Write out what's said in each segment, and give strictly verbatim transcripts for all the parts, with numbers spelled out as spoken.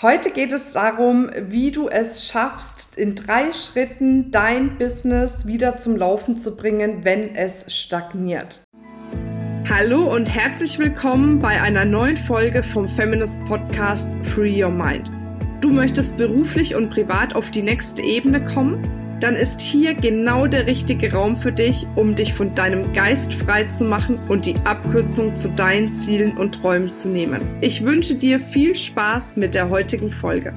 Heute geht es darum, wie du es schaffst, in drei Schritten dein Business wieder zum Laufen zu bringen, wenn es stagniert. Hallo und herzlich willkommen bei einer neuen Folge vom Feminist Podcast Free Your Mind. Du möchtest beruflich und privat auf die nächste Ebene kommen? Dann ist hier genau der richtige Raum für dich, um dich von deinem Geist frei zu machen und die Abkürzung zu deinen Zielen und Träumen zu nehmen. Ich wünsche dir viel Spaß mit der heutigen Folge.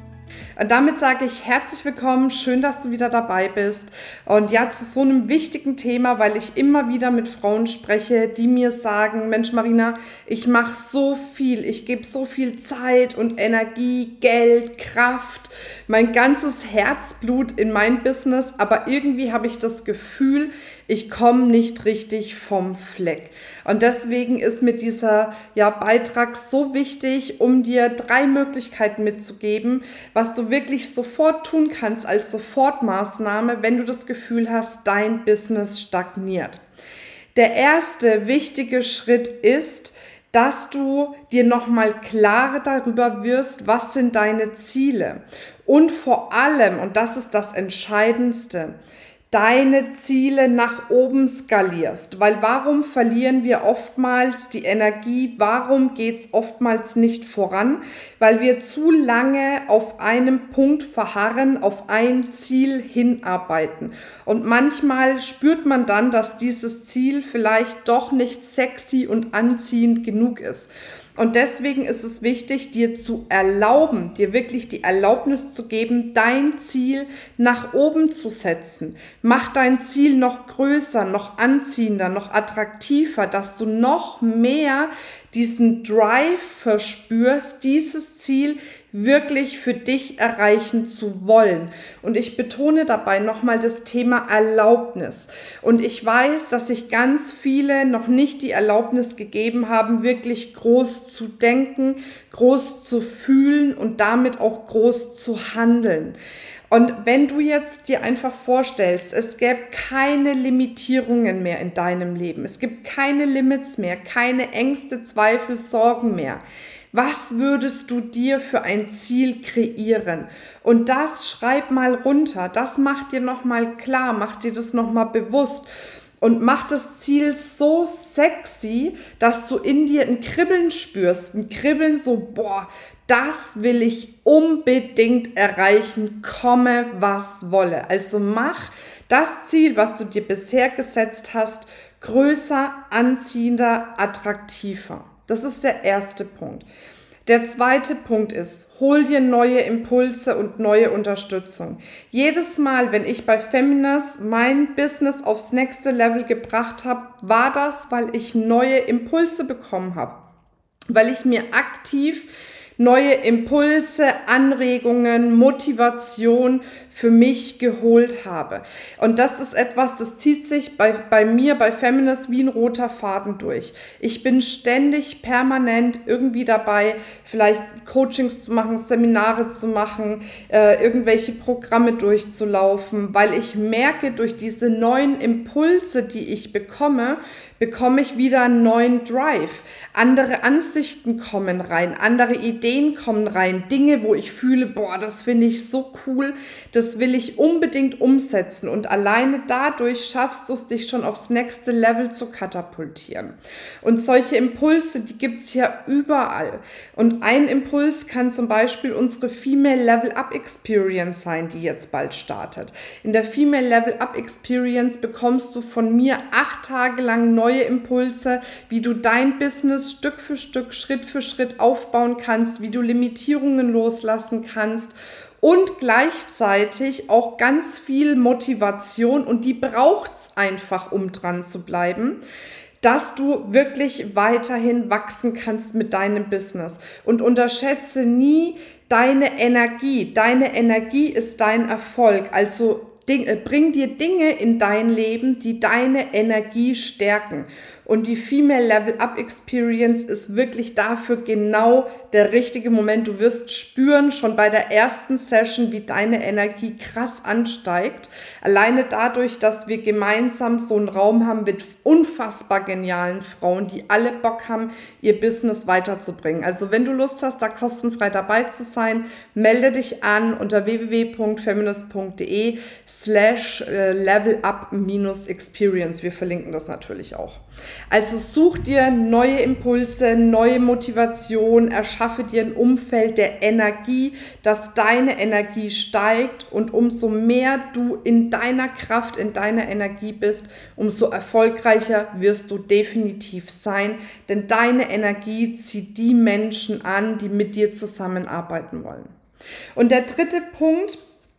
Und damit sage ich herzlich willkommen, schön, dass du wieder dabei bist. Und ja, zu so einem wichtigen Thema, weil ich immer wieder mit Frauen spreche, die mir sagen, Mensch Marina, ich mache so viel, ich gebe so viel Zeit und Energie, Geld, Kraft, mein ganzes Herzblut in mein Business, aber irgendwie habe ich das Gefühl, ich komme nicht richtig vom Fleck. Und deswegen ist mir dieser ja, Beitrag so wichtig, um dir drei Möglichkeiten mitzugeben, was du wirklich sofort tun kannst als Sofortmaßnahme, wenn du das Gefühl hast, dein Business stagniert. Der erste wichtige Schritt ist, dass du dir nochmal klarer darüber wirst, was sind deine Ziele. Und vor allem, und das ist das Entscheidendste, deine Ziele nach oben skalierst. Weil warum verlieren wir oftmals die Energie? Warum geht's oftmals nicht voran? Weil wir zu lange auf einem Punkt verharren, auf ein Ziel hinarbeiten. Und manchmal spürt man dann, dass dieses Ziel vielleicht doch nicht sexy und anziehend genug ist. Und deswegen ist es wichtig, dir zu erlauben, dir wirklich die Erlaubnis zu geben, dein Ziel nach oben zu setzen. Mach dein Ziel noch größer, noch anziehender, noch attraktiver, dass du noch mehr diesen Drive verspürst, dieses Ziel wirklich für dich erreichen zu wollen. Und ich betone dabei nochmal das Thema Erlaubnis. Und ich weiß, dass sich ganz viele noch nicht die Erlaubnis gegeben haben, wirklich groß zu denken, groß zu fühlen und damit auch groß zu handeln. Und wenn du jetzt dir einfach vorstellst, es gäbe keine Limitierungen mehr in deinem Leben, es gibt keine Limits mehr, keine Ängste, Zweifel, Sorgen mehr. Was würdest du dir für ein Ziel kreieren? Und das schreib mal runter, das mach dir nochmal klar, mach dir das nochmal bewusst. Und mach das Ziel so sexy, dass du in dir ein Kribbeln spürst. Ein Kribbeln so, boah, das will ich unbedingt erreichen, komme was wolle. Also mach das Ziel, was du dir bisher gesetzt hast, größer, anziehender, attraktiver. Das ist der erste Punkt. Der zweite Punkt ist, hol dir neue Impulse und neue Unterstützung. Jedes Mal, wenn ich bei Feminist mein Business aufs nächste Level gebracht habe, war das, weil ich neue Impulse bekommen habe. Weil ich mir aktiv neue Impulse, Anregungen, Motivation für mich geholt habe. Und das ist etwas, das zieht sich bei, bei mir, bei Feminist wie ein roter Faden durch. Ich bin ständig, permanent irgendwie dabei, vielleicht Coachings zu machen, Seminare zu machen, äh, irgendwelche Programme durchzulaufen, weil ich merke, durch diese neuen Impulse, die ich bekomme, bekomme ich wieder einen neuen Drive. Andere Ansichten kommen rein, andere Ideen kommen rein, Dinge, wo ich fühle, boah, das finde ich so cool, das will ich unbedingt umsetzen. Und alleine dadurch schaffst du es, dich schon aufs nächste Level zu katapultieren. Und solche Impulse, die gibt es ja überall. Und ein Impuls kann zum Beispiel unsere Female Level Up Experience sein, die jetzt bald startet. In der Female Level Up Experience bekommst du von mir acht Tage lang neue Impulse, wie du dein Business Stück für Stück, Schritt für Schritt aufbauen kannst, wie du Limitierungen loslassen kannst und gleichzeitig auch ganz viel Motivation, und die braucht's einfach, um dran zu bleiben, dass du wirklich weiterhin wachsen kannst mit deinem Business. Und unterschätze nie deine Energie. Deine Energie ist dein Erfolg. Also Ding, bring dir Dinge in dein Leben, die deine Energie stärken. Und die Female Level Up Experience ist wirklich dafür genau der richtige Moment. Du wirst spüren, schon bei der ersten Session, wie deine Energie krass ansteigt. Alleine dadurch, dass wir gemeinsam so einen Raum haben mit unfassbar genialen Frauen, die alle Bock haben, ihr Business weiterzubringen. Also wenn du Lust hast, da kostenfrei dabei zu sein, melde dich an unter w w w punkt feminist punkt d e slash level up minus experience. Wir verlinken das natürlich auch. Also such dir neue Impulse, neue Motivation, erschaffe dir ein Umfeld der Energie, dass deine Energie steigt, und umso mehr du in deiner Kraft, in deiner Energie bist, umso erfolgreicher wirst du definitiv sein, denn deine Energie zieht die Menschen an, die mit dir zusammenarbeiten wollen. Und der dritte Punkt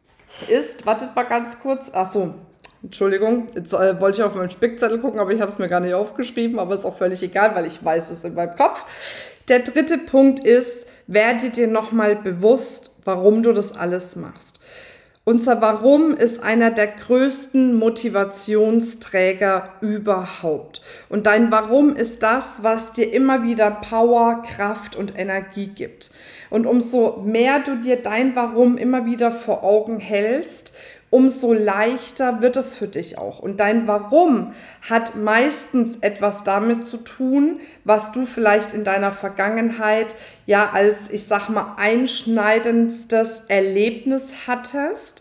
ist, wartet mal ganz kurz, ach so, Entschuldigung, jetzt äh, wollte ich auf meinen Spickzettel gucken, aber ich habe es mir gar nicht aufgeschrieben, aber ist auch völlig egal, weil ich weiß es in meinem Kopf. Der dritte Punkt ist, werde dir nochmal bewusst, warum du das alles machst. Unser Warum ist einer der größten Motivationsträger überhaupt. Und dein Warum ist das, was dir immer wieder Power, Kraft und Energie gibt. Und umso mehr du dir dein Warum immer wieder vor Augen hältst, umso leichter wird es für dich auch. Und dein Warum hat meistens etwas damit zu tun, was du vielleicht in deiner Vergangenheit ja als, ich sag mal, einschneidendstes Erlebnis hattest,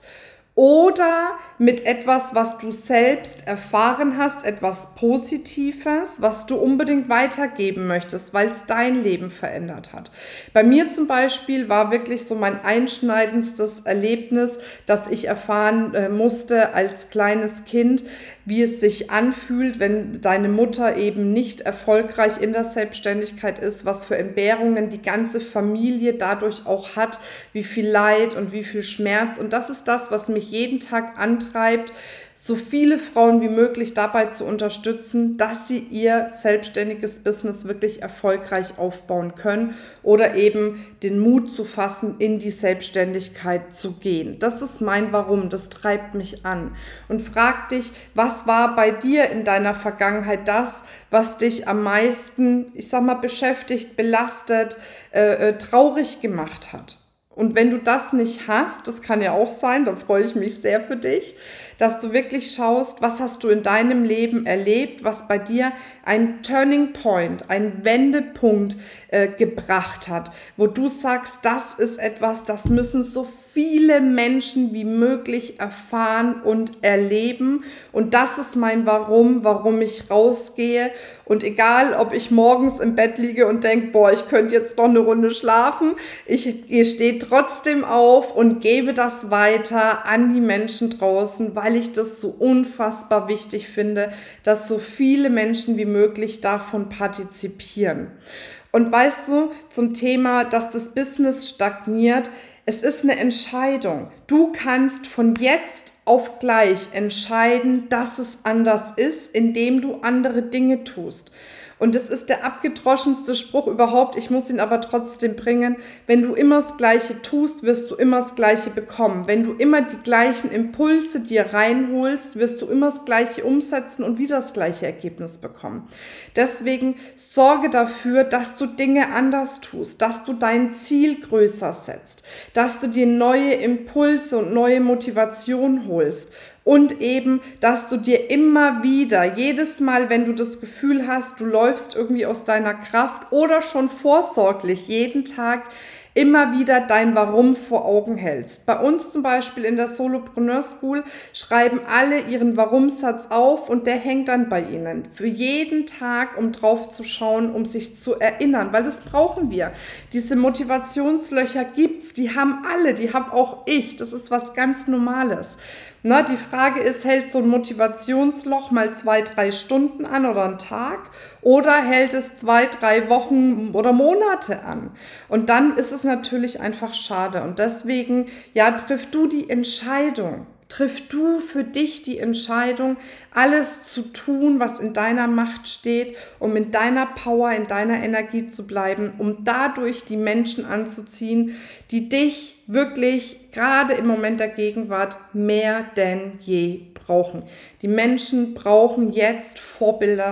oder mit etwas, was du selbst erfahren hast, etwas Positives, was du unbedingt weitergeben möchtest, weil es dein Leben verändert hat. Bei mir zum Beispiel war wirklich so mein einschneidendstes Erlebnis, dass ich erfahren äh, musste als kleines Kind, wie es sich anfühlt, wenn deine Mutter eben nicht erfolgreich in der Selbstständigkeit ist, was für Entbehrungen die ganze Familie dadurch auch hat, wie viel Leid und wie viel Schmerz. Und das ist das, was mich jeden Tag antreibt, so viele Frauen wie möglich dabei zu unterstützen, dass sie ihr selbstständiges Business wirklich erfolgreich aufbauen können oder eben den Mut zu fassen, in die Selbstständigkeit zu gehen. Das ist mein Warum, das treibt mich an. Und frag dich, was war bei dir in deiner Vergangenheit das, was dich am meisten, ich sag mal, beschäftigt, belastet, äh, äh, traurig gemacht hat? Und wenn du das nicht hast, das kann ja auch sein, da freue ich mich sehr für dich, dass du wirklich schaust, was hast du in deinem Leben erlebt, was bei dir ein Turning Point, ein Wendepunkt äh, gebracht hat, wo du sagst, das ist etwas, das müssen so viele Menschen wie möglich erfahren und erleben. Und das ist mein Warum, warum ich rausgehe. Und egal, ob ich morgens im Bett liege und denke, boah, ich könnte jetzt noch eine Runde schlafen, ich, ich stehe trotzdem auf und gebe das weiter an die Menschen draußen, weil ich das so unfassbar wichtig finde, dass so viele Menschen wie möglich davon partizipieren. Und weißt du, zum Thema, dass das Business stagniert, es ist eine Entscheidung. Du kannst von jetzt auf gleich entscheiden, dass es anders ist, indem du andere Dinge tust. Und das ist der abgedroschenste Spruch überhaupt, ich muss ihn aber trotzdem bringen. Wenn du immer das Gleiche tust, wirst du immer das Gleiche bekommen. Wenn du immer die gleichen Impulse dir reinholst, wirst du immer das Gleiche umsetzen und wieder das gleiche Ergebnis bekommen. Deswegen sorge dafür, dass du Dinge anders tust, dass du dein Ziel größer setzt, dass du dir neue Impulse und neue Motivation holst. Und eben, dass du dir immer wieder, jedes Mal, wenn du das Gefühl hast, du läufst irgendwie aus deiner Kraft oder schon vorsorglich jeden Tag immer wieder dein Warum vor Augen hältst. Bei uns zum Beispiel in der Solopreneur School schreiben alle ihren Warum-Satz auf und der hängt dann bei ihnen. Für jeden Tag, um drauf zu schauen, um sich zu erinnern, weil das brauchen wir. Diese Motivationslöcher gibt's, die haben alle, die habe auch ich. Das ist was ganz Normales. Na, die Frage ist, hält so ein Motivationsloch mal zwei, drei Stunden an oder einen Tag oder hält es zwei, drei Wochen oder Monate an? Und dann ist es natürlich einfach schade. Und deswegen, ja, triff du die Entscheidung. Triff du für dich die Entscheidung, alles zu tun, was in deiner Macht steht, um in deiner Power, in deiner Energie zu bleiben, um dadurch die Menschen anzuziehen, die dich wirklich gerade im Moment der Gegenwart mehr denn je brauchen. Die Menschen brauchen jetzt Vorbilder,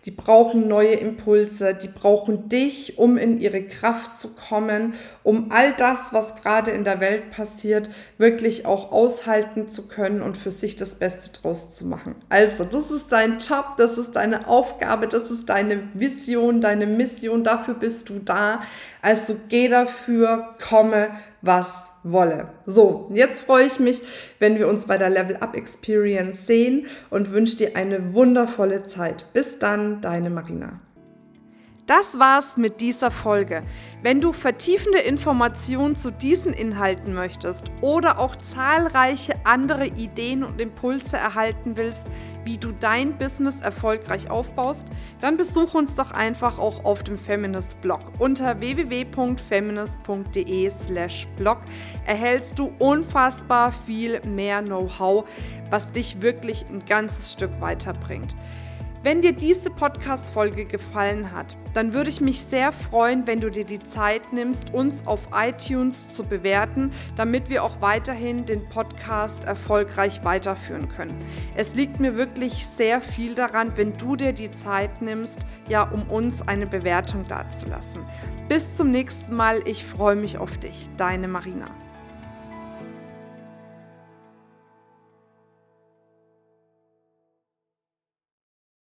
die brauchen neue Impulse, die brauchen dich, um in ihre Kraft zu kommen, um all das, was gerade in der Welt passiert, wirklich auch aushalten zu können und für sich das Beste draus zu machen. Also, das ist dein Job, das ist deine Aufgabe, das ist deine Vision, deine Mission, dafür bist du da. Also geh dafür, komme, was wolle. So, jetzt freue ich mich, wenn wir uns bei der Level Up Experience sehen und wünsche dir eine wundervolle Zeit. Bis dann, deine Marina. Das war's mit dieser Folge. Wenn du vertiefende Informationen zu diesen Inhalten möchtest oder auch zahlreiche andere Ideen und Impulse erhalten willst, wie du dein Business erfolgreich aufbaust, dann besuch uns doch einfach auch auf dem Feminist Blog. Unter w w w punkt feminist punkt d e slash blog erhältst du unfassbar viel mehr Know-how, was dich wirklich ein ganzes Stück weiterbringt. Wenn dir diese Podcast-Folge gefallen hat, dann würde ich mich sehr freuen, wenn du dir die Zeit nimmst, uns auf iTunes zu bewerten, damit wir auch weiterhin den Podcast erfolgreich weiterführen können. Es liegt mir wirklich sehr viel daran, wenn du dir die Zeit nimmst, ja, um uns eine Bewertung dazulassen. Bis zum nächsten Mal, ich freue mich auf dich, deine Marina.